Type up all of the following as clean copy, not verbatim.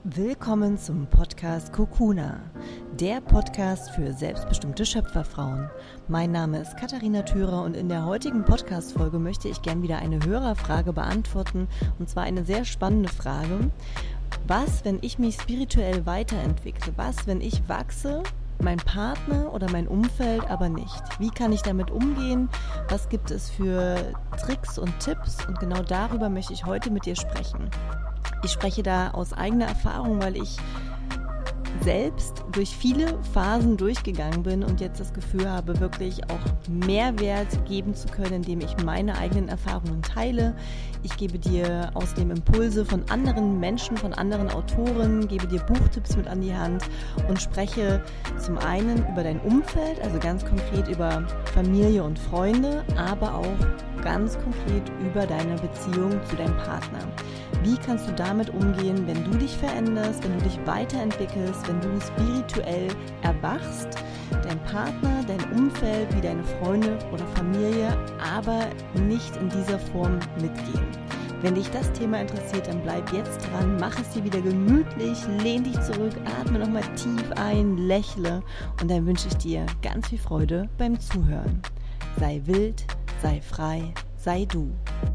Willkommen zum Podcast Kokuna, der Podcast für selbstbestimmte Schöpferfrauen. Mein Name ist Katharina Thürer und in der heutigen Podcast-Folge möchte ich gern wieder eine Hörerfrage beantworten, und zwar eine sehr spannende Frage. Was, wenn ich mich spirituell weiterentwickle? Was, wenn ich wachse, mein Partner oder mein Umfeld aber nicht? Wie kann ich damit umgehen? Was gibt es für Tricks und Tipps? Und genau darüber möchte ich heute mit dir sprechen. Ich spreche da aus eigener Erfahrung, weil ich selbst durch viele Phasen durchgegangen bin und jetzt das Gefühl habe, wirklich auch Mehrwert geben zu können, indem ich meine eigenen Erfahrungen teile. Ich gebe dir außerdem Impulse von anderen Menschen, von anderen Autoren, gebe dir Buchtipps mit an die Hand und spreche zum einen über dein Umfeld, also ganz konkret über Familie und Freunde, aber auch ganz konkret über deine Beziehung zu deinem Partner. Wie kannst du damit umgehen, wenn du dich veränderst, wenn du dich weiterentwickelst, wenn du spirituell erwachst, dein Partner, dein Umfeld, wie deine Freunde oder Familie, aber nicht in dieser Form mitgehen? Wenn dich das Thema interessiert, dann bleib jetzt dran, mach es dir wieder gemütlich, lehn dich zurück, atme nochmal tief ein, lächle und dann wünsche ich dir ganz viel Freude beim Zuhören. Sei wild, sei frei, sei du.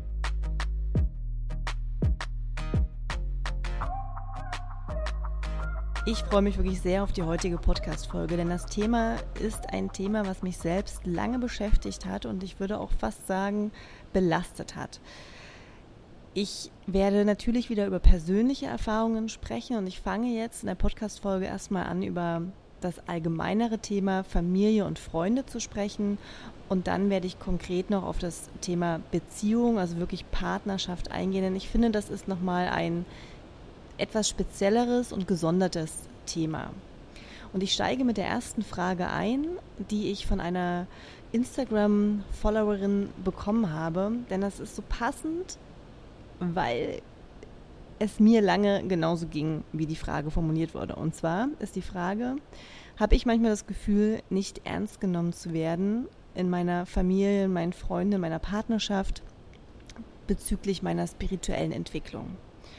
Ich freue mich wirklich sehr auf die heutige Podcast-Folge, denn das Thema ist ein Thema, was mich selbst lange beschäftigt hat und ich würde auch fast sagen, belastet hat. Ich werde natürlich wieder über persönliche Erfahrungen sprechen und ich fange jetzt in der Podcast-Folge erstmal an, über das allgemeinere Thema Familie und Freunde zu sprechen und dann werde ich konkret noch auf das Thema Beziehung, also wirklich Partnerschaft eingehen, denn ich finde, das ist nochmal ein etwas spezielleres und gesondertes Thema. Und ich steige mit der ersten Frage ein, die ich von einer Instagram-Followerin bekommen habe, denn das ist so passend, weil es mir lange genauso ging, wie die Frage formuliert wurde. Und zwar ist die Frage, habe ich manchmal das Gefühl, nicht ernst genommen zu werden in meiner Familie, in meinen Freunden, in meiner Partnerschaft bezüglich meiner spirituellen Entwicklung?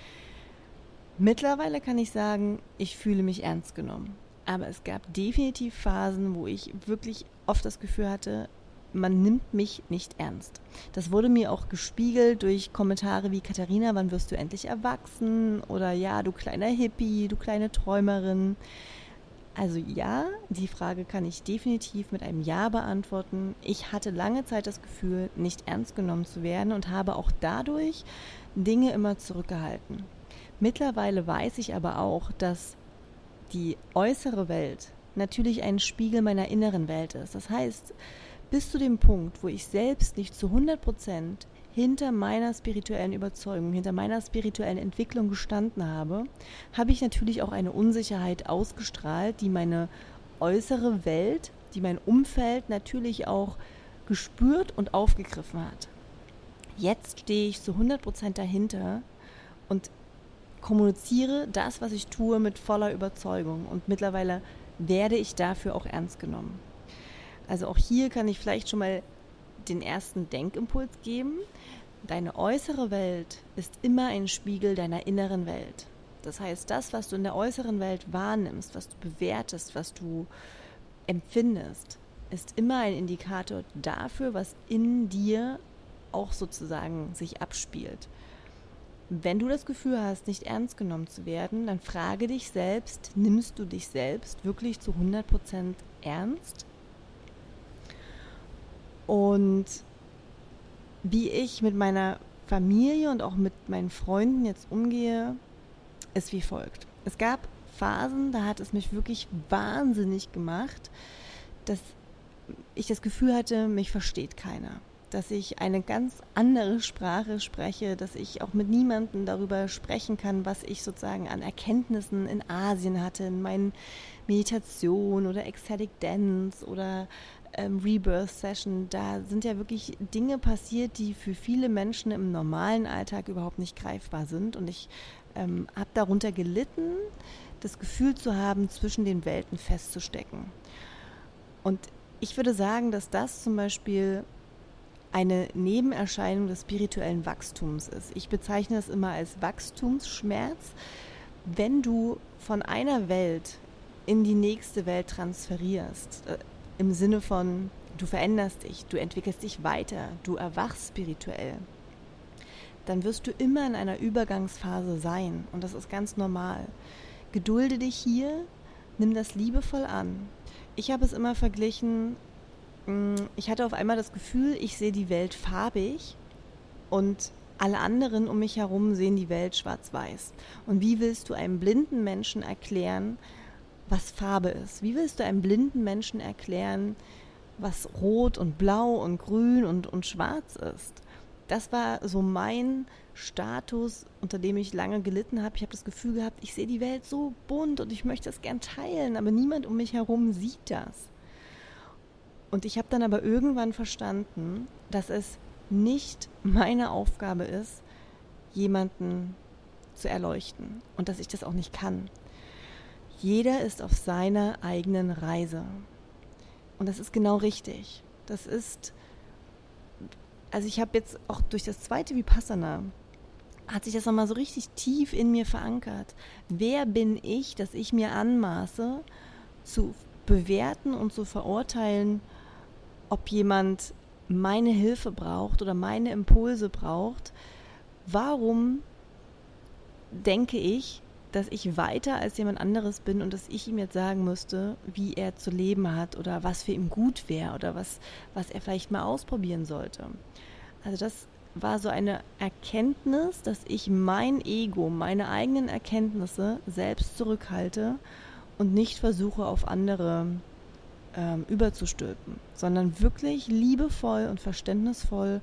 Mittlerweile kann ich sagen, ich fühle mich ernst genommen. Aber es gab definitiv Phasen, wo ich wirklich oft das Gefühl hatte, man nimmt mich nicht ernst. Das wurde mir auch gespiegelt durch Kommentare wie: Katharina, wann wirst du endlich erwachsen? Oder ja, du kleiner Hippie, du kleine Träumerin. Also ja, die Frage kann ich definitiv mit einem Ja beantworten. Ich hatte lange Zeit das Gefühl, nicht ernst genommen zu werden und habe auch dadurch Dinge immer zurückgehalten. Mittlerweile weiß ich aber auch, dass die äußere Welt natürlich ein Spiegel meiner inneren Welt ist. Das heißt, bis zu dem Punkt, wo ich selbst nicht zu 100% hinter meiner spirituellen Überzeugung, hinter meiner spirituellen Entwicklung gestanden habe, habe ich natürlich auch eine Unsicherheit ausgestrahlt, die meine äußere Welt, die mein Umfeld natürlich auch gespürt und aufgegriffen hat. Jetzt stehe ich zu 100% dahinter und kommuniziere das, was ich tue, mit voller Überzeugung und mittlerweile werde ich dafür auch ernst genommen. Also auch hier kann ich vielleicht schon mal den ersten Denkimpuls geben. Deine äußere Welt ist immer ein Spiegel deiner inneren Welt. Das heißt, das, was du in der äußeren Welt wahrnimmst, was du bewertest, was du empfindest, ist immer ein Indikator dafür, was in dir auch sozusagen sich abspielt. Wenn du das Gefühl hast, nicht ernst genommen zu werden, dann frage dich selbst, nimmst du dich selbst wirklich zu 100% ernst? Und wie ich mit meiner Familie und auch mit meinen Freunden jetzt umgehe, ist wie folgt. Es gab Phasen, da hat es mich wirklich wahnsinnig gemacht, dass ich das Gefühl hatte, mich versteht keiner. Dass ich eine ganz andere Sprache spreche, dass ich auch mit niemandem darüber sprechen kann, was ich sozusagen an Erkenntnissen in Asien hatte, in meinen Meditationen oder Ecstatic Dance oder Rebirth Session. Da sind ja wirklich Dinge passiert, die für viele Menschen im normalen Alltag überhaupt nicht greifbar sind. Und ich habe darunter gelitten, das Gefühl zu haben, zwischen den Welten festzustecken. Und ich würde sagen, dass das zum Beispiel eine Nebenerscheinung des spirituellen Wachstums ist. Ich bezeichne es immer als Wachstumsschmerz, Wenn du von einer Welt in die nächste Welt transferierst, im Sinne von, du veränderst dich, du entwickelst dich weiter, du erwachst spirituell, dann wirst du immer in einer Übergangsphase sein und das ist ganz normal. Gedulde dich hier, nimm das liebevoll an. Ich habe es immer verglichen, ich hatte auf einmal das Gefühl, ich sehe die Welt farbig und alle anderen um mich herum sehen die Welt schwarz-weiß. Und wie willst du einem blinden Menschen erklären, was Farbe ist? Wie willst du einem blinden Menschen erklären, was rot und blau und grün und schwarz ist? Das war so mein Status, unter dem ich lange gelitten habe. Ich habe das Gefühl gehabt, ich sehe die Welt so bunt und ich möchte das gern teilen, aber niemand um mich herum sieht das. Und ich habe dann aber irgendwann verstanden, dass es nicht meine Aufgabe ist, jemanden zu erleuchten und dass ich das auch nicht kann. Jeder ist auf seiner eigenen Reise. Und das ist genau richtig. Das ist, also ich habe jetzt auch durch das zweite Vipassana, hat sich das nochmal so richtig tief in mir verankert. Wer bin ich, dass ich mir anmaße, zu bewerten und zu verurteilen, ob jemand meine Hilfe braucht oder meine Impulse braucht? Warum denke ich, dass ich weiter als jemand anderes bin und dass ich ihm jetzt sagen müsste, wie er zu leben hat oder was für ihn gut wäre oder was er vielleicht mal ausprobieren sollte? Also das war so eine Erkenntnis, dass ich mein Ego, meine eigenen Erkenntnisse selbst zurückhalte und nicht versuche, auf andere überzustülpen, sondern wirklich liebevoll und verständnisvoll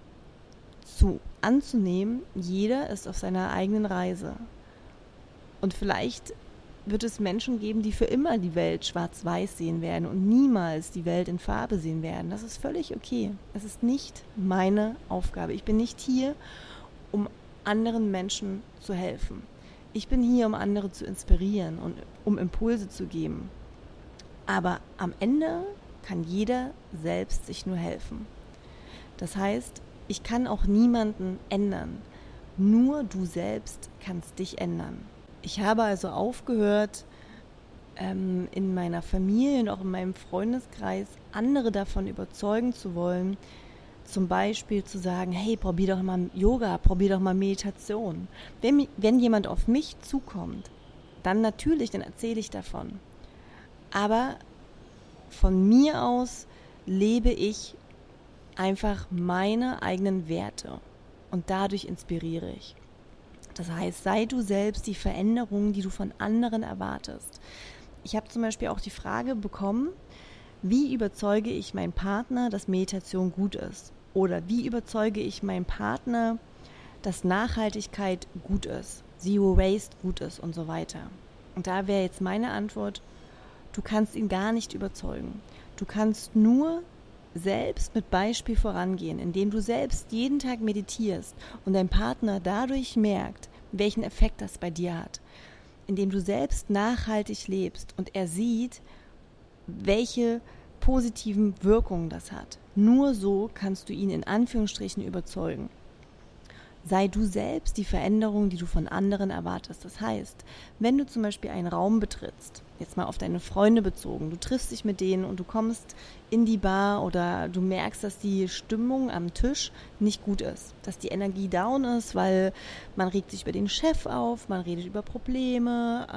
anzunehmen, jeder ist auf seiner eigenen Reise. Und vielleicht wird es Menschen geben, die für immer die Welt schwarz-weiß sehen werden und niemals die Welt in Farbe sehen werden. Das ist völlig okay. Es ist nicht meine Aufgabe. Ich bin nicht hier, um anderen Menschen zu helfen. Ich bin hier, um andere zu inspirieren und um Impulse zu geben. Aber am Ende kann jeder selbst sich nur helfen. Das heißt, ich kann auch niemanden ändern. Nur du selbst kannst dich ändern. Ich habe also aufgehört, in meiner Familie und auch in meinem Freundeskreis andere davon überzeugen zu wollen, zum Beispiel zu sagen, hey, probier doch mal Yoga, probier doch mal Meditation. Wenn jemand auf mich zukommt, dann natürlich, dann erzähle ich davon. Aber von mir aus lebe ich einfach meine eigenen Werte und dadurch inspiriere ich. Das heißt, sei du selbst die Veränderung, die du von anderen erwartest. Ich habe zum Beispiel auch die Frage bekommen, wie überzeuge ich meinen Partner, dass Meditation gut ist? Oder wie überzeuge ich meinen Partner, dass Nachhaltigkeit gut ist, Zero Waste gut ist und so weiter? Und da wäre jetzt meine Antwort, du kannst ihn gar nicht überzeugen. Du kannst nur selbst mit Beispiel vorangehen, indem du selbst jeden Tag meditierst und dein Partner dadurch merkt, welchen Effekt das bei dir hat. Indem du selbst nachhaltig lebst und er sieht, welche positiven Wirkungen das hat. Nur so kannst du ihn in Anführungsstrichen überzeugen. Sei du selbst die Veränderung, die du von anderen erwartest. Das heißt, wenn du zum Beispiel einen Raum betrittst, jetzt mal auf deine Freunde bezogen, du triffst dich mit denen und du kommst in die Bar oder du merkst, dass die Stimmung am Tisch nicht gut ist, dass die Energie down ist, weil man regt sich über den Chef auf, man redet über Probleme,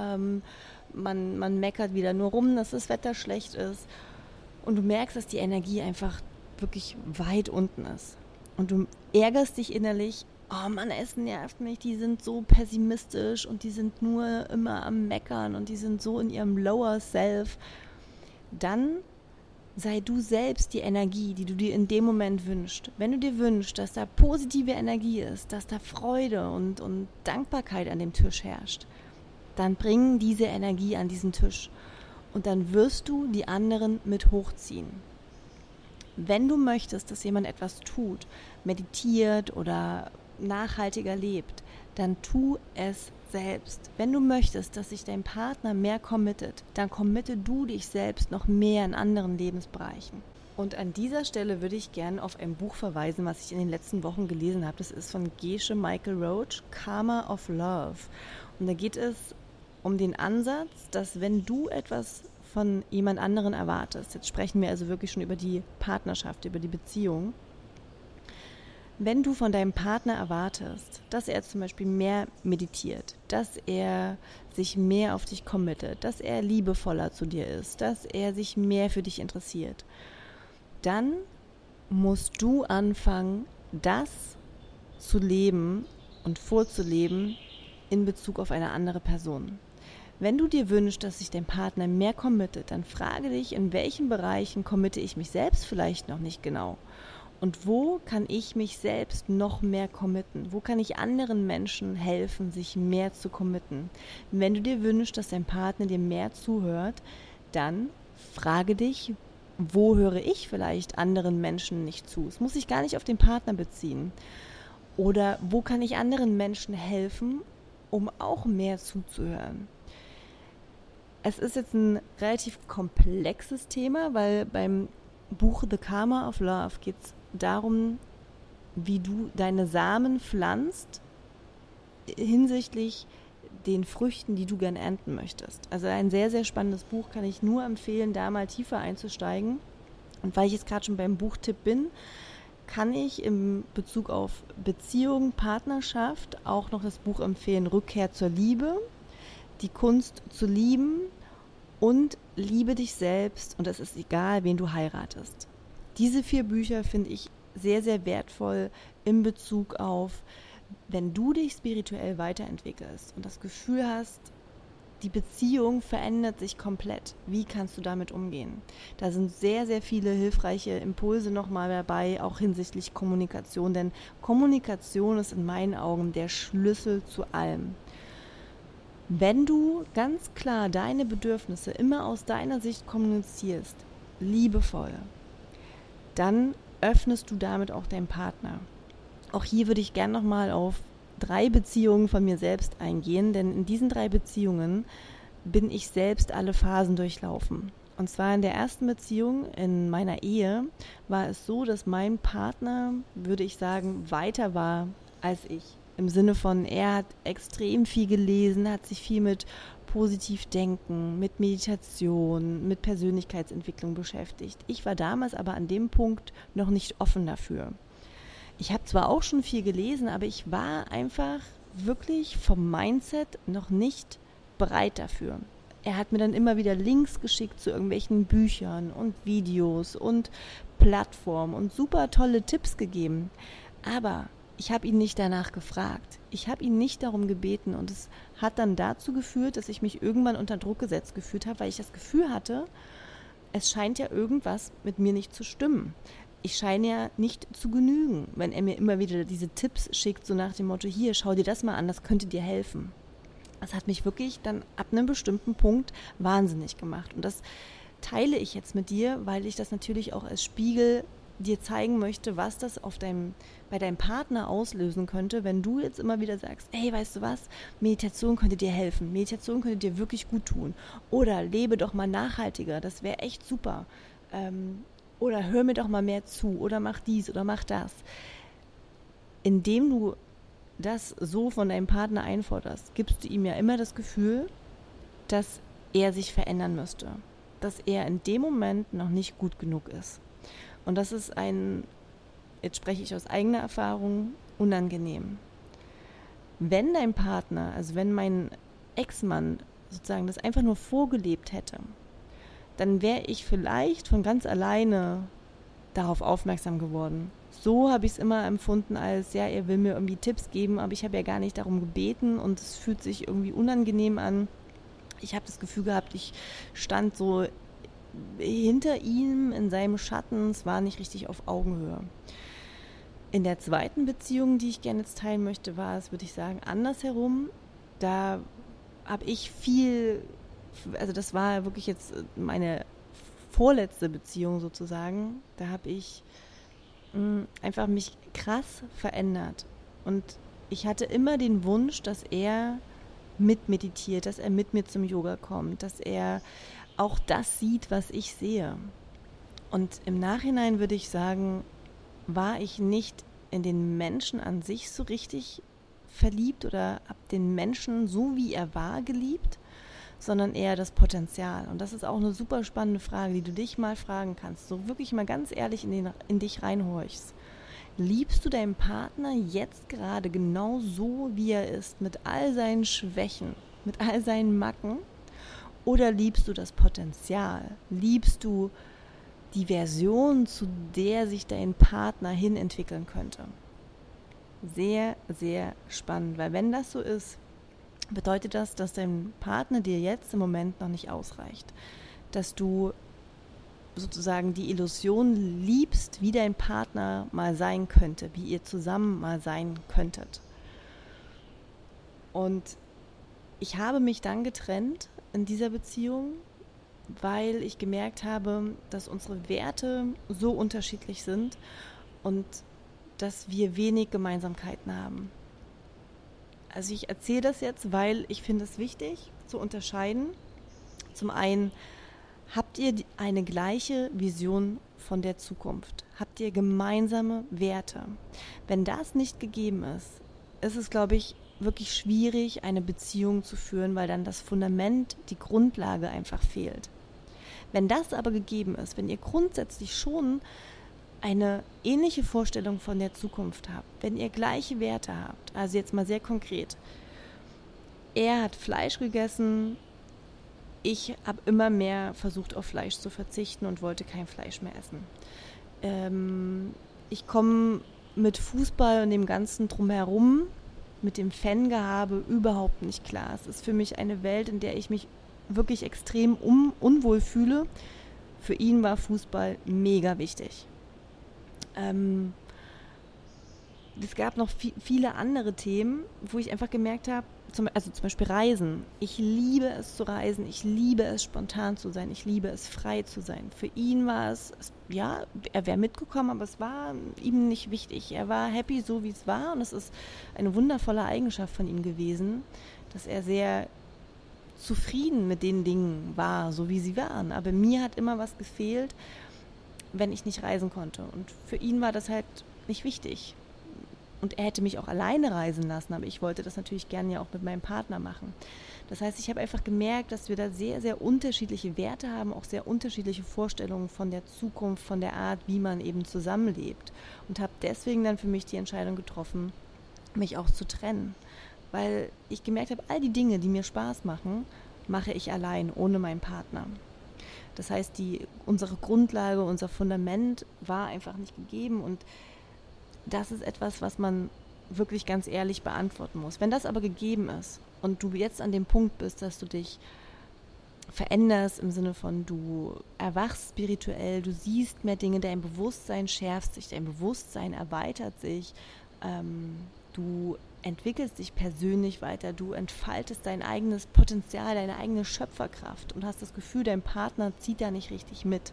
man meckert wieder nur rum, dass das Wetter schlecht ist und du merkst, dass die Energie einfach wirklich weit unten ist und du ärgerst dich innerlich, oh Mann, es nervt mich, die sind so pessimistisch und die sind nur immer am Meckern und die sind so in ihrem Lower Self, dann sei du selbst die Energie, die du dir in dem Moment wünschst. Wenn du dir wünschst, dass da positive Energie ist, dass da Freude und Dankbarkeit an dem Tisch herrscht, dann bring diese Energie an diesen Tisch und dann wirst du die anderen mit hochziehen. Wenn du möchtest, dass jemand etwas tut, meditiert oder nachhaltiger lebt, dann tu es selbst. Wenn du möchtest, dass sich dein Partner mehr committet, dann committe du dich selbst noch mehr in anderen Lebensbereichen. Und an dieser Stelle würde ich gerne auf ein Buch verweisen, was ich in den letzten Wochen gelesen habe. Das ist von Geshe Michael Roach, Karma of Love. Und da geht es um den Ansatz, dass wenn du etwas von jemand anderen erwartest, jetzt sprechen wir also wirklich schon über die Partnerschaft, über die Beziehung, wenn du von deinem Partner erwartest, dass er zum Beispiel mehr meditiert, dass er sich mehr auf dich committet, dass er liebevoller zu dir ist, dass er sich mehr für dich interessiert, dann musst du anfangen, das zu leben und vorzuleben in Bezug auf eine andere Person. Wenn du dir wünschst, dass sich dein Partner mehr committet, dann frage dich, in welchen Bereichen committe ich mich selbst vielleicht noch nicht genau. Und wo kann ich mich selbst noch mehr committen? Wo kann ich anderen Menschen helfen, sich mehr zu committen? Wenn du dir wünschst, dass dein Partner dir mehr zuhört, dann frage dich, wo höre ich vielleicht anderen Menschen nicht zu? Es muss sich gar nicht auf den Partner beziehen. Oder wo kann ich anderen Menschen helfen, um auch mehr zuzuhören? Es ist jetzt ein relativ komplexes Thema, weil beim Buch The Karma of Love geht es darum, wie du deine Samen pflanzt hinsichtlich den Früchten, die du gern ernten möchtest. Also ein sehr, sehr spannendes Buch, kann ich nur empfehlen, da mal tiefer einzusteigen. Und weil ich jetzt gerade schon beim Buchtipp bin, kann ich in Bezug auf Beziehung, Partnerschaft auch noch das Buch empfehlen, Rückkehr zur Liebe, die Kunst zu lieben und Liebe dich selbst und es ist egal, wen du heiratest. Diese 4 Bücher finde ich sehr, sehr wertvoll in Bezug auf, wenn du dich spirituell weiterentwickelst und das Gefühl hast, die Beziehung verändert sich komplett. Wie kannst du damit umgehen? Da sind sehr, sehr viele hilfreiche Impulse nochmal dabei, auch hinsichtlich Kommunikation, denn Kommunikation ist in meinen Augen der Schlüssel zu allem. Wenn du ganz klar deine Bedürfnisse immer aus deiner Sicht kommunizierst, liebevoll, dann öffnest du damit auch deinen Partner. Auch hier würde ich gerne nochmal auf 3 Beziehungen von mir selbst eingehen, denn in diesen 3 Beziehungen bin ich selbst alle Phasen durchlaufen. Und zwar in der ersten Beziehung, in meiner Ehe, war es so, dass mein Partner, würde ich sagen, weiter war als ich. Im Sinne von, er hat extrem viel gelesen, hat sich viel mit Positivdenken, mit Meditation, mit Persönlichkeitsentwicklung beschäftigt. Ich war damals aber an dem Punkt noch nicht offen dafür. Ich habe zwar auch schon viel gelesen, aber ich war einfach wirklich vom Mindset noch nicht bereit dafür. Er hat mir dann immer wieder Links geschickt zu irgendwelchen Büchern und Videos und Plattformen und super tolle Tipps gegeben. Aber ich habe ihn nicht danach gefragt. Ich habe ihn nicht darum gebeten und es hat dann dazu geführt, dass ich mich irgendwann unter Druck gesetzt gefühlt habe, weil ich das Gefühl hatte, es scheint ja irgendwas mit mir nicht zu stimmen. Ich scheine ja nicht zu genügen, wenn er mir immer wieder diese Tipps schickt, so nach dem Motto, hier, schau dir das mal an, das könnte dir helfen. Das hat mich wirklich dann ab einem bestimmten Punkt wahnsinnig gemacht. Und das teile ich jetzt mit dir, weil ich das natürlich auch als Spiegel dir zeigen möchte, was das bei deinem Partner auslösen könnte, wenn du jetzt immer wieder sagst, hey, weißt du was, Meditation könnte dir helfen, Meditation könnte dir wirklich gut tun oder lebe doch mal nachhaltiger, das wäre echt super, oder hör mir doch mal mehr zu oder mach dies oder mach das. Indem du das so von deinem Partner einforderst, gibst du ihm ja immer das Gefühl, dass er sich verändern müsste, dass er in dem Moment noch nicht gut genug ist. Und das ist jetzt spreche ich aus eigener Erfahrung, unangenehm. Wenn dein Partner, also wenn mein Ex-Mann sozusagen das einfach nur vorgelebt hätte, dann wäre ich vielleicht von ganz alleine darauf aufmerksam geworden. So habe ich es immer empfunden als, ja, er will mir irgendwie Tipps geben, aber ich habe ja gar nicht darum gebeten und es fühlt sich irgendwie unangenehm an. Ich habe das Gefühl gehabt, ich stand so hinter ihm in seinem Schatten, es war nicht richtig auf Augenhöhe. In der zweiten Beziehung, die ich gerne jetzt teilen möchte, war es, würde ich sagen, andersherum. Da habe ich also das war wirklich jetzt meine vorletzte Beziehung sozusagen. Da habe ich einfach mich krass verändert. Und ich hatte immer den Wunsch, dass er mit meditiert, dass er mit mir zum Yoga kommt, dass er auch das sieht, was ich sehe. Und im Nachhinein würde ich sagen, war ich nicht in den Menschen an sich so richtig verliebt oder habe den Menschen so, wie er war, geliebt, sondern eher das Potenzial. Und das ist auch eine super spannende Frage, die du dich mal fragen kannst, so wirklich mal ganz ehrlich in dich reinhorchst. Liebst du deinen Partner jetzt gerade genau so, wie er ist, mit all seinen Schwächen, mit all seinen Macken? Oder liebst du das Potenzial? Liebst du die Version, zu der sich dein Partner hin entwickeln könnte? Sehr, sehr spannend, weil wenn das so ist, bedeutet das, dass dein Partner dir jetzt im Moment noch nicht ausreicht. Dass du sozusagen die Illusion liebst, wie dein Partner mal sein könnte, wie ihr zusammen mal sein könntet. Und ich habe mich dann getrennt in dieser Beziehung, weil ich gemerkt habe, dass unsere Werte so unterschiedlich sind und dass wir wenig Gemeinsamkeiten haben. Also ich erzähle das jetzt, weil ich finde es wichtig zu unterscheiden. Zum einen, habt ihr eine gleiche Vision von der Zukunft? Habt ihr gemeinsame Werte? Wenn das nicht gegeben ist, ist es, glaube ich, wirklich schwierig, eine Beziehung zu führen, weil dann das Fundament, die Grundlage einfach fehlt. Wenn das aber gegeben ist, wenn ihr grundsätzlich schon eine ähnliche Vorstellung von der Zukunft habt, wenn ihr gleiche Werte habt, also jetzt mal sehr konkret, er hat Fleisch gegessen, ich habe immer mehr versucht auf Fleisch zu verzichten und wollte kein Fleisch mehr essen. Ich komme mit Fußball und dem Ganzen drumherum, mit dem Fangehabe überhaupt nicht klar. Es ist für mich eine Welt, in der ich mich wirklich extrem unwohl fühle. Für ihn war Fußball mega wichtig. Es gab noch viele andere Themen, wo ich einfach gemerkt habe, zum Beispiel Reisen. Ich liebe es zu reisen, ich liebe es spontan zu sein, ich liebe es frei zu sein. Für ihn war es, ja, er wäre mitgekommen, aber es war ihm nicht wichtig. Er war happy, so wie es war, und es ist eine wundervolle Eigenschaft von ihm gewesen, dass er sehr zufrieden mit den Dingen war, so wie sie waren. Aber mir hat immer was gefehlt, wenn ich nicht reisen konnte. Und für ihn war das halt nicht wichtig. Und er hätte mich auch alleine reisen lassen, aber ich wollte das natürlich gerne ja auch mit meinem Partner machen. Das heißt, ich habe einfach gemerkt, dass wir da sehr, sehr unterschiedliche Werte haben, auch sehr unterschiedliche Vorstellungen von der Zukunft, von der Art, wie man eben zusammenlebt. Und habe deswegen dann für mich die Entscheidung getroffen, mich auch zu trennen. Weil ich gemerkt habe, all die Dinge, die mir Spaß machen, mache ich allein, ohne meinen Partner. Das heißt, unsere Grundlage, unser Fundament war einfach nicht gegeben, und das ist etwas, was man wirklich ganz ehrlich beantworten muss. Wenn das aber gegeben ist und du jetzt an dem Punkt bist, dass du dich veränderst im Sinne von, du erwachst spirituell, du siehst mehr Dinge, dein Bewusstsein schärft sich, dein Bewusstsein erweitert sich, du entwickelst dich persönlich weiter, du entfaltest dein eigenes Potenzial, deine eigene Schöpferkraft und hast das Gefühl, dein Partner zieht da nicht richtig mit,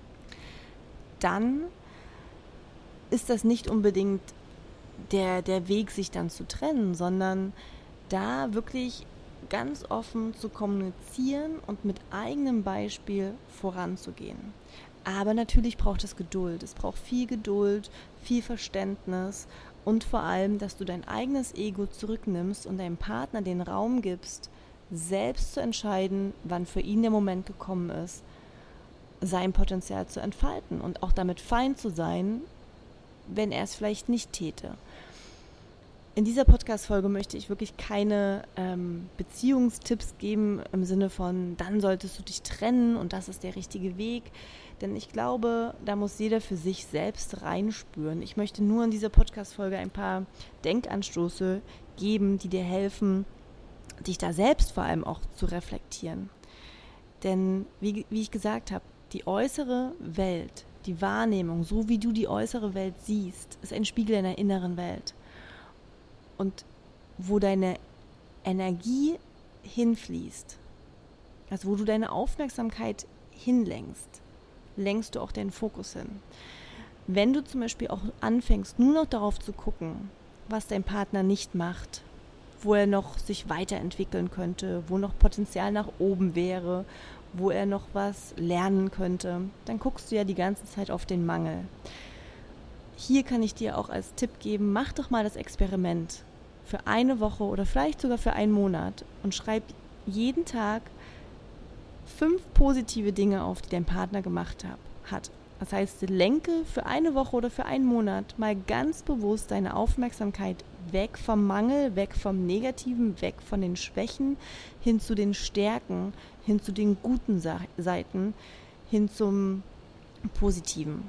dann ist das nicht unbedingt der Weg, sich dann zu trennen, sondern da wirklich ganz offen zu kommunizieren und mit eigenem Beispiel voranzugehen. Aber natürlich braucht es Geduld. Es braucht viel Geduld, viel Verständnis und vor allem, dass du dein eigenes Ego zurücknimmst und deinem Partner den Raum gibst, selbst zu entscheiden, wann für ihn der Moment gekommen ist, sein Potenzial zu entfalten und auch damit fein zu sein, wenn er es vielleicht nicht täte. In dieser Podcast-Folge möchte ich wirklich keine Beziehungstipps geben im Sinne von, dann solltest du dich trennen und das ist der richtige Weg. Denn ich glaube, da muss jeder für sich selbst reinspüren. Ich möchte nur in dieser Podcast-Folge ein paar Denkanstöße geben, die dir helfen, dich da selbst vor allem auch zu reflektieren. Denn, wie ich gesagt habe, die äußere Welt, die Wahrnehmung, so wie du die äußere Welt siehst, ist ein Spiegel deiner inneren Welt. Und wo deine Energie hinfließt, also wo du deine Aufmerksamkeit hinlenkst, lenkst du auch deinen Fokus hin. Wenn du zum Beispiel auch anfängst, nur noch darauf zu gucken, was dein Partner nicht macht, wo er noch sich weiterentwickeln könnte, wo noch Potenzial nach oben wäre, wo er noch was lernen könnte, dann guckst du ja die ganze Zeit auf den Mangel. Hier kann ich dir auch als Tipp geben, mach doch mal das Experiment für eine Woche oder vielleicht sogar für einen Monat und schreib jeden Tag 5 positive Dinge auf, die dein Partner gemacht hat. Das heißt, lenke für eine Woche oder für einen Monat mal ganz bewusst deine Aufmerksamkeit weg vom Mangel, weg vom Negativen, weg von den Schwächen, hin zu den Stärken, hin zu den guten Seiten, hin zum Positiven.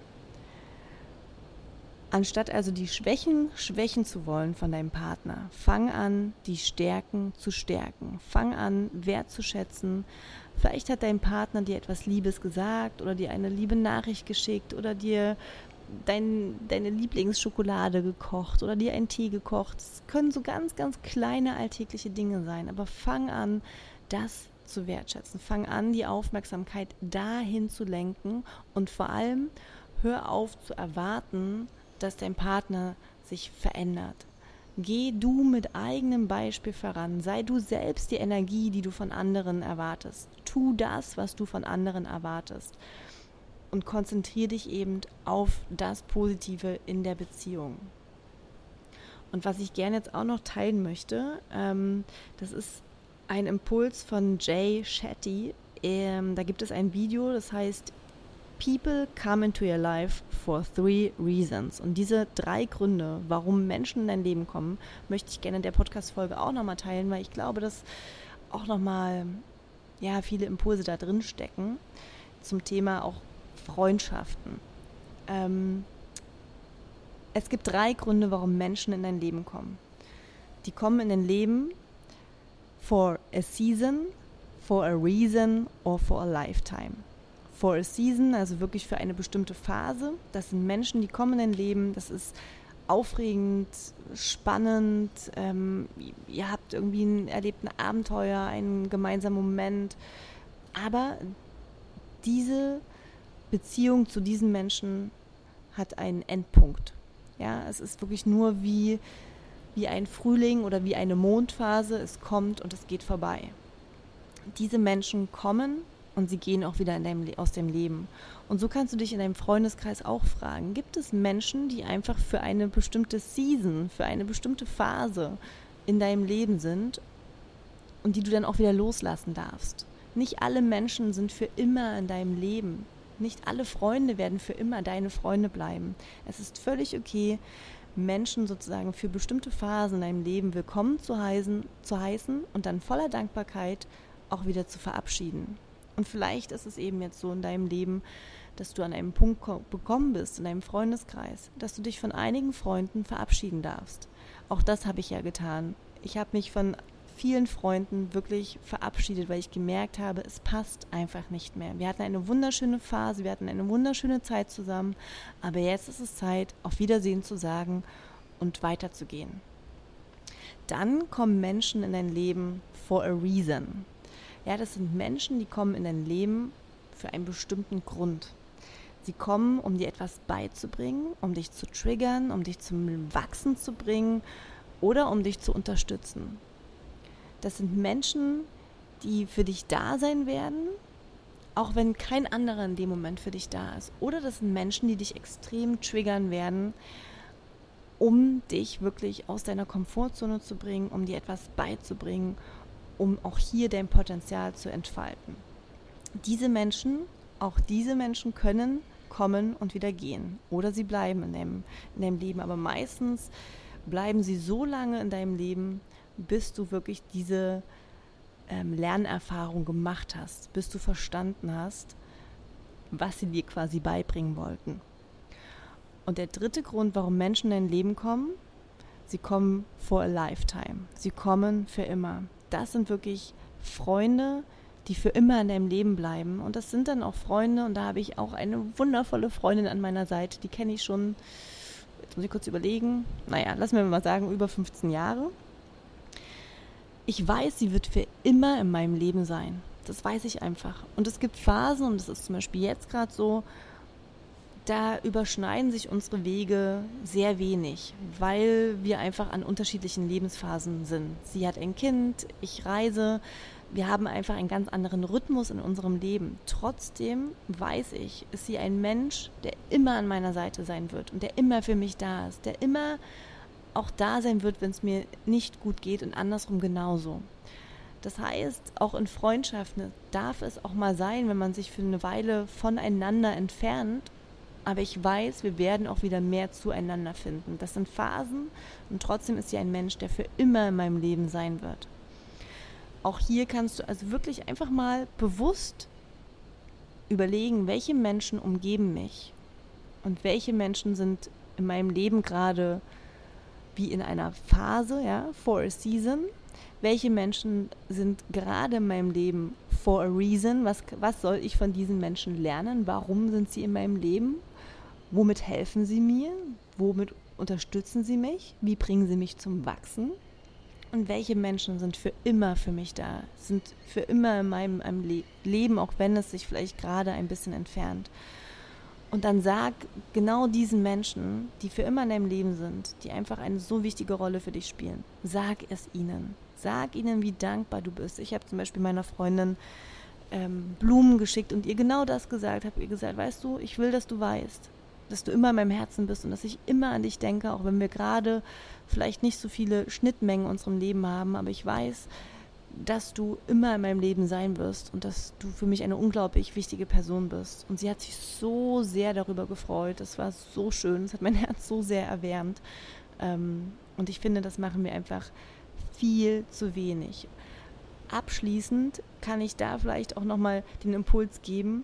Anstatt also die Schwächen schwächen zu wollen von deinem Partner, fang an, die Stärken zu stärken. Fang an, wertzuschätzen. Vielleicht hat dein Partner dir etwas Liebes gesagt oder dir eine liebe Nachricht geschickt oder dir deine Lieblingsschokolade gekocht oder dir einen Tee gekocht. Es können so ganz, ganz kleine alltägliche Dinge sein, aber fang an, das zu wertschätzen. Fang an, die Aufmerksamkeit dahin zu lenken und vor allem hör auf zu erwarten, dass dein Partner sich verändert. Geh du mit eigenem Beispiel voran. Sei du selbst die Energie, die du von anderen erwartest. Tu das, was du von anderen erwartest. Und konzentriere dich eben auf das Positive in der Beziehung. Und was ich gerne jetzt auch noch teilen möchte, das ist ein Impuls von Jay Shetty. Da gibt es ein Video, das heißt People come into your life for 3 reasons. Und diese 3 Gründe, warum Menschen in dein Leben kommen, möchte ich gerne in der Podcast-Folge auch nochmal teilen, weil ich glaube, dass auch nochmal viele Impulse da drin stecken zum Thema auch Freundschaften. Es gibt 3 Gründe, warum Menschen in dein Leben kommen. Die kommen in dein Leben for a season, for a reason or for a lifetime. For a season, also wirklich für eine bestimmte Phase. Das sind Menschen, die kommen in dein Leben. Das ist aufregend, spannend. Ihr habt irgendwie erlebt ein Abenteuer, einen gemeinsamen Moment. Aber diese Beziehung zu diesen Menschen hat einen Endpunkt. Ja, es ist wirklich nur wie ein Frühling oder wie eine Mondphase. Es kommt und es geht vorbei. Diese Menschen kommen und sie gehen auch wieder aus dem Leben. Und so kannst du dich in deinem Freundeskreis auch fragen, gibt es Menschen, die einfach für eine bestimmte Season, für eine bestimmte Phase in deinem Leben sind und die du dann auch wieder loslassen darfst? Nicht alle Menschen sind für immer in deinem Leben. Nicht alle Freunde werden für immer deine Freunde bleiben. Es ist völlig okay, Menschen sozusagen für bestimmte Phasen in deinem Leben willkommen zu heißen und dann voller Dankbarkeit auch wieder zu verabschieden. Und vielleicht ist es eben jetzt so in deinem Leben, dass du an einem Punkt gekommen bist, in deinem Freundeskreis, dass du dich von einigen Freunden verabschieden darfst. Auch das habe ich ja getan. Ich habe mich von vielen Freunden wirklich verabschiedet, weil ich gemerkt habe, es passt einfach nicht mehr. Wir hatten eine wunderschöne Phase, wir hatten eine wunderschöne Zeit zusammen, aber jetzt ist es Zeit, auf Wiedersehen zu sagen und weiterzugehen. Dann kommen Menschen in dein Leben for a reason. Ja, das sind Menschen, die kommen in dein Leben für einen bestimmten Grund. Sie kommen, um dir etwas beizubringen, um dich zu triggern, um dich zum Wachsen zu bringen oder um dich zu unterstützen. Das sind Menschen, die für dich da sein werden, auch wenn kein anderer in dem Moment für dich da ist. Oder das sind Menschen, die dich extrem triggern werden, um dich wirklich aus deiner Komfortzone zu bringen, um dir etwas beizubringen, um auch hier dein Potenzial zu entfalten. Diese Menschen können kommen und wieder gehen. Oder sie bleiben in deinem Leben. Aber meistens bleiben sie so lange in deinem Leben, bis du wirklich diese Lernerfahrung gemacht hast, bis du verstanden hast, was sie dir quasi beibringen wollten. Und der 3. Grund, warum Menschen in dein Leben kommen, sie kommen for a lifetime. Sie kommen für immer. Das sind wirklich Freunde, die für immer in deinem Leben bleiben. Und das sind dann auch Freunde, und da habe ich auch eine wundervolle Freundin an meiner Seite, die kenne ich schon, jetzt muss ich kurz überlegen, lassen wir mal sagen, über 15 Jahre. Ich weiß, sie wird für immer in meinem Leben sein. Das weiß ich einfach. Und es gibt Phasen, und das ist zum Beispiel jetzt gerade so, da überschneiden sich unsere Wege sehr wenig, weil wir einfach an unterschiedlichen Lebensphasen sind. Sie hat ein Kind, ich reise, wir haben einfach einen ganz anderen Rhythmus in unserem Leben. Trotzdem weiß ich, ist sie ein Mensch, der immer an meiner Seite sein wird und der immer für mich da ist, der immer auch da sein wird, wenn es mir nicht gut geht und andersrum genauso. Das heißt, auch in Freundschaften darf es auch mal sein, wenn man sich für eine Weile voneinander entfernt, aber ich weiß, wir werden auch wieder mehr zueinander finden. Das sind Phasen und trotzdem ist sie ein Mensch, der für immer in meinem Leben sein wird. Auch hier kannst du also wirklich einfach mal bewusst überlegen, welche Menschen umgeben mich und welche Menschen sind in meinem Leben gerade wie in einer Phase, ja, for a season. Welche Menschen sind gerade in meinem Leben for a reason? Was soll ich von diesen Menschen lernen? Warum sind sie in meinem Leben? Womit helfen sie mir? Womit unterstützen sie mich? Wie bringen sie mich zum Wachsen? Und welche Menschen sind für immer für mich da? Sind für immer in meinem Leben, auch wenn es sich vielleicht gerade ein bisschen entfernt. Und dann sag genau diesen Menschen, die für immer in deinem Leben sind, die einfach eine so wichtige Rolle für dich spielen, sag es ihnen. Sag ihnen, wie dankbar du bist. Ich habe zum Beispiel meiner Freundin Blumen geschickt und ihr genau das gesagt. Habe ihr gesagt, weißt du, ich will, dass du weißt, dass du immer in meinem Herzen bist und dass ich immer an dich denke, auch wenn wir gerade vielleicht nicht so viele Schnittmengen in unserem Leben haben, aber ich weiß, dass du immer in meinem Leben sein wirst und dass du für mich eine unglaublich wichtige Person bist. Und sie hat sich so sehr darüber gefreut. Das war so schön. Es hat mein Herz so sehr erwärmt. Und ich finde, das machen wir einfach viel zu wenig. Abschließend kann ich da vielleicht auch nochmal den Impuls geben.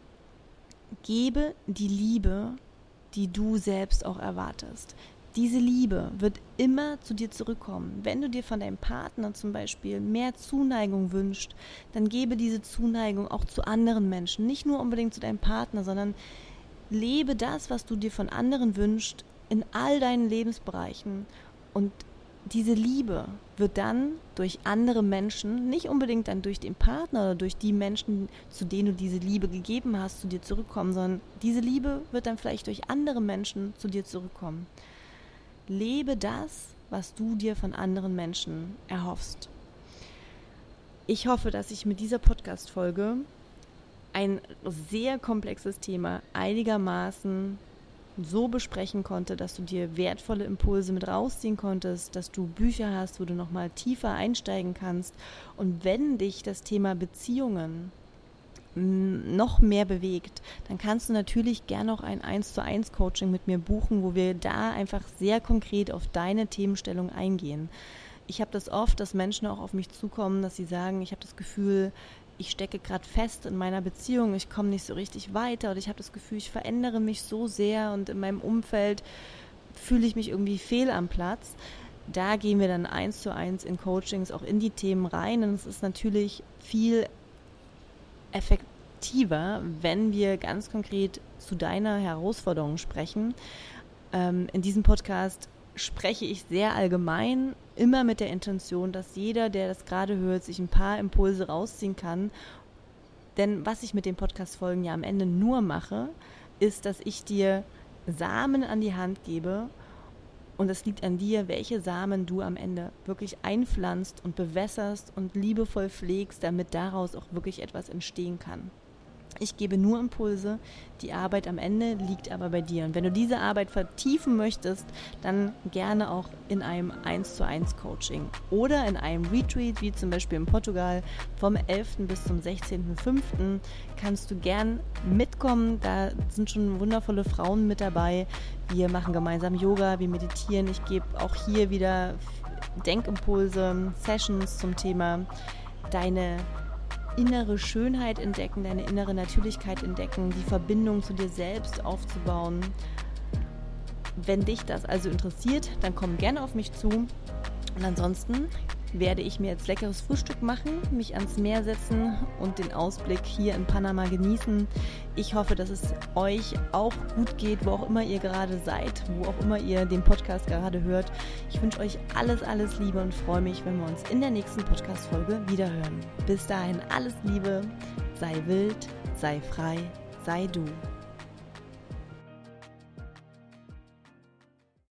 Gebe die Liebe, die du selbst auch erwartest. Diese Liebe wird immer zu dir zurückkommen. Wenn du dir von deinem Partner zum Beispiel mehr Zuneigung wünschst, dann gebe diese Zuneigung auch zu anderen Menschen. Nicht nur unbedingt zu deinem Partner, sondern lebe das, was du dir von anderen wünschst, in all deinen Lebensbereichen. Und diese Liebe wird dann durch andere Menschen, nicht unbedingt dann durch den Partner oder durch die Menschen, zu denen du diese Liebe gegeben hast, zu dir zurückkommen, sondern diese Liebe wird dann vielleicht durch andere Menschen zu dir zurückkommen. Lebe das, was du dir von anderen Menschen erhoffst. Ich hoffe, dass ich mit dieser Podcast-Folge ein sehr komplexes Thema einigermaßen so besprechen konnte, dass du dir wertvolle Impulse mit rausziehen konntest, dass du Bücher hast, wo du nochmal tiefer einsteigen kannst. Und wenn dich das Thema Beziehungen noch mehr bewegt, dann kannst du natürlich gerne auch ein 1:1 Coaching mit mir buchen, wo wir da einfach sehr konkret auf deine Themenstellung eingehen. Ich habe das oft, dass Menschen auch auf mich zukommen, dass sie sagen, ich habe das Gefühl, ich stecke gerade fest in meiner Beziehung, ich komme nicht so richtig weiter oder ich habe das Gefühl, ich verändere mich so sehr und in meinem Umfeld fühle ich mich irgendwie fehl am Platz. Da gehen wir dann 1:1 in Coachings auch in die Themen rein und es ist natürlich viel effektiver, wenn wir ganz konkret zu deiner Herausforderung sprechen. In diesem Podcast spreche ich sehr allgemein, immer mit der Intention, dass jeder, der das gerade hört, sich ein paar Impulse rausziehen kann. Denn was ich mit den Podcast-Folgen ja am Ende nur mache, ist, dass ich dir Samen an die Hand gebe und es liegt an dir, welche Samen du am Ende wirklich einpflanzt und bewässerst und liebevoll pflegst, damit daraus auch wirklich etwas entstehen kann. Ich gebe nur Impulse, die Arbeit am Ende liegt aber bei dir. Und wenn du diese Arbeit vertiefen möchtest, dann gerne auch in einem 1:1 Coaching oder in einem Retreat, wie zum Beispiel in Portugal, vom 11. bis zum 16.05. kannst du gern mitkommen. Da sind schon wundervolle Frauen mit dabei. Wir machen gemeinsam Yoga, wir meditieren. Ich gebe auch hier wieder Denkimpulse, Sessions zum Thema deine innere Schönheit entdecken, deine innere Natürlichkeit entdecken, die Verbindung zu dir selbst aufzubauen. Wenn dich das also interessiert, dann komm gerne auf mich zu. Und ansonsten werde ich mir jetzt leckeres Frühstück machen, mich ans Meer setzen und den Ausblick hier in Panama genießen. Ich hoffe, dass es euch auch gut geht, wo auch immer ihr gerade seid, wo auch immer ihr den Podcast gerade hört. Ich wünsche euch alles, alles Liebe und freue mich, wenn wir uns in der nächsten Podcast-Folge wiederhören. Bis dahin alles Liebe, sei wild, sei frei, sei du.